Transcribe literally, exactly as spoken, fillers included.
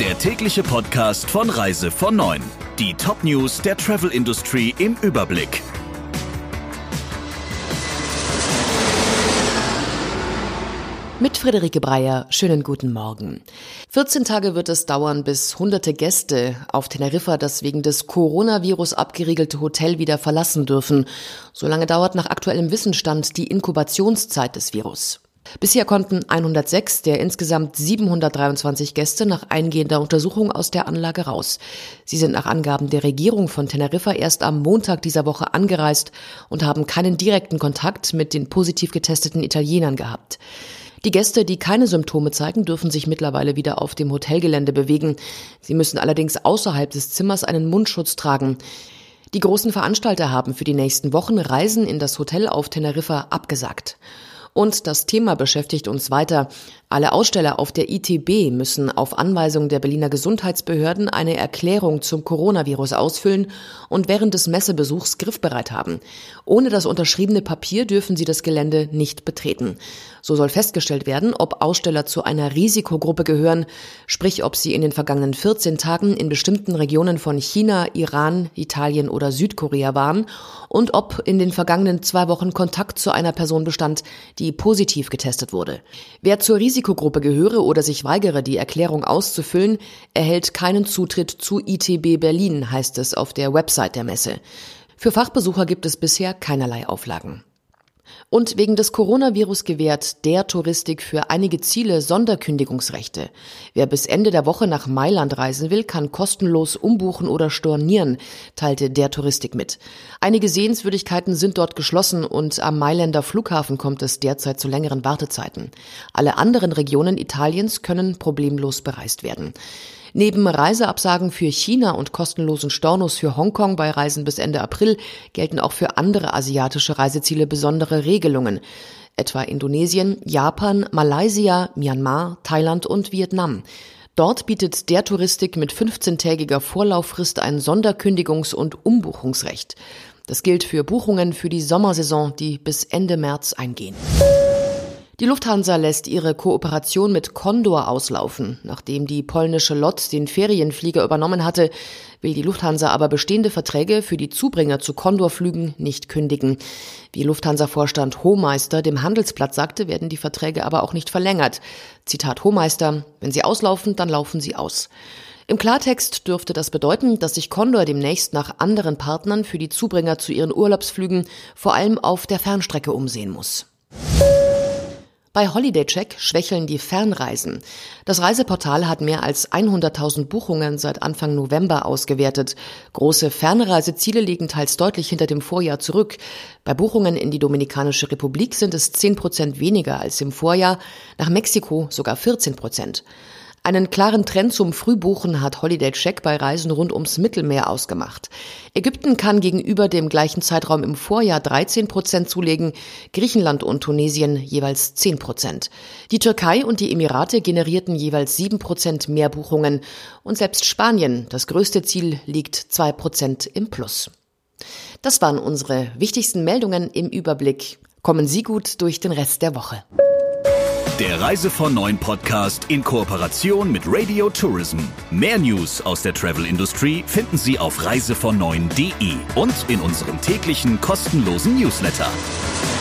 Der tägliche Podcast von Reise von neun. Die Top-News der Travel-Industrie im Überblick. Mit Friederike Breyer, schönen guten Morgen. vierzehn Tage wird es dauern, bis hunderte Gäste auf Teneriffa das wegen des Coronavirus abgeriegelte Hotel wieder verlassen dürfen. So lange dauert nach aktuellem Wissensstand die Inkubationszeit des Virus. Bisher konnten hundertsechs der insgesamt siebenhundertdreiundzwanzig Gäste nach eingehender Untersuchung aus der Anlage raus. Sie sind nach Angaben der Regierung von Teneriffa erst am Montag dieser Woche angereist und haben keinen direkten Kontakt mit den positiv getesteten Italienern gehabt. Die Gäste, die keine Symptome zeigen, dürfen sich mittlerweile wieder auf dem Hotelgelände bewegen. Sie müssen allerdings außerhalb des Zimmers einen Mundschutz tragen. Die großen Veranstalter haben für die nächsten Wochen Reisen in das Hotel auf Teneriffa abgesagt. Und das Thema beschäftigt uns weiter. Alle Aussteller auf der I T B müssen auf Anweisung der Berliner Gesundheitsbehörden eine Erklärung zum Coronavirus ausfüllen und während des Messebesuchs griffbereit haben. Ohne das unterschriebene Papier dürfen sie das Gelände nicht betreten. So soll festgestellt werden, ob Aussteller zu einer Risikogruppe gehören, sprich ob sie in den vergangenen vierzehn Tagen in bestimmten Regionen von China, Iran, Italien oder Südkorea waren und ob in den vergangenen zwei Wochen Kontakt zu einer Person bestand, die positiv getestet wurde. Wer zur Risikogruppe gehöre oder sich weigere, die Erklärung auszufüllen, erhält keinen Zutritt zu I T B Berlin, heißt es auf der Website der Messe. Für Fachbesucher gibt es bisher keinerlei Auflagen. Und wegen des Coronavirus gewährt der Touristik für einige Ziele Sonderkündigungsrechte. Wer bis Ende der Woche nach Mailand reisen will, kann kostenlos umbuchen oder stornieren, teilte der Touristik mit. Einige Sehenswürdigkeiten sind dort geschlossen und am Mailänder Flughafen kommt es derzeit zu längeren Wartezeiten. Alle anderen Regionen Italiens können problemlos bereist werden. Neben Reiseabsagen für China und kostenlosen Stornos für Hongkong bei Reisen bis Ende April gelten auch für andere asiatische Reiseziele besondere Regelungen, etwa Indonesien, Japan, Malaysia, Myanmar, Thailand und Vietnam. Dort bietet der Touristik mit fünfzehntägiger Vorlauffrist ein Sonderkündigungs- und Umbuchungsrecht. Das gilt für Buchungen für die Sommersaison, die bis Ende März eingehen. Die Lufthansa lässt ihre Kooperation mit Condor auslaufen. Nachdem die polnische L O T den Ferienflieger übernommen hatte, will die Lufthansa aber bestehende Verträge für die Zubringer zu Condor-Flügen nicht kündigen. Wie Lufthansa-Vorstand Hohmeister dem Handelsblatt sagte, werden die Verträge aber auch nicht verlängert. Zitat Hohmeister: Wenn sie auslaufen, dann laufen sie aus. Im Klartext dürfte das bedeuten, dass sich Condor demnächst nach anderen Partnern für die Zubringer zu ihren Urlaubsflügen vor allem auf der Fernstrecke umsehen muss. Bei HolidayCheck schwächeln die Fernreisen. Das Reiseportal hat mehr als hunderttausend Buchungen seit Anfang November ausgewertet. Große Fernreiseziele liegen teils deutlich hinter dem Vorjahr zurück. Bei Buchungen in die Dominikanische Republik sind es zehn Prozent weniger als im Vorjahr, nach Mexiko sogar vierzehn Prozent. Einen klaren Trend zum Frühbuchen hat HolidayCheck bei Reisen rund ums Mittelmeer ausgemacht. Ägypten kann gegenüber dem gleichen Zeitraum im Vorjahr dreizehn Prozent zulegen, Griechenland und Tunesien jeweils zehn Prozent. Die Türkei und die Emirate generierten jeweils sieben Prozent mehr Buchungen und selbst Spanien, das größte Ziel, liegt zwei Prozent im Plus. Das waren unsere wichtigsten Meldungen im Überblick. Kommen Sie gut durch den Rest der Woche. Der Reise von neun Podcast in Kooperation mit Radio Tourism. Mehr News aus der Travel-Industrie finden Sie auf reise von neun punkt de und in unserem täglichen kostenlosen Newsletter.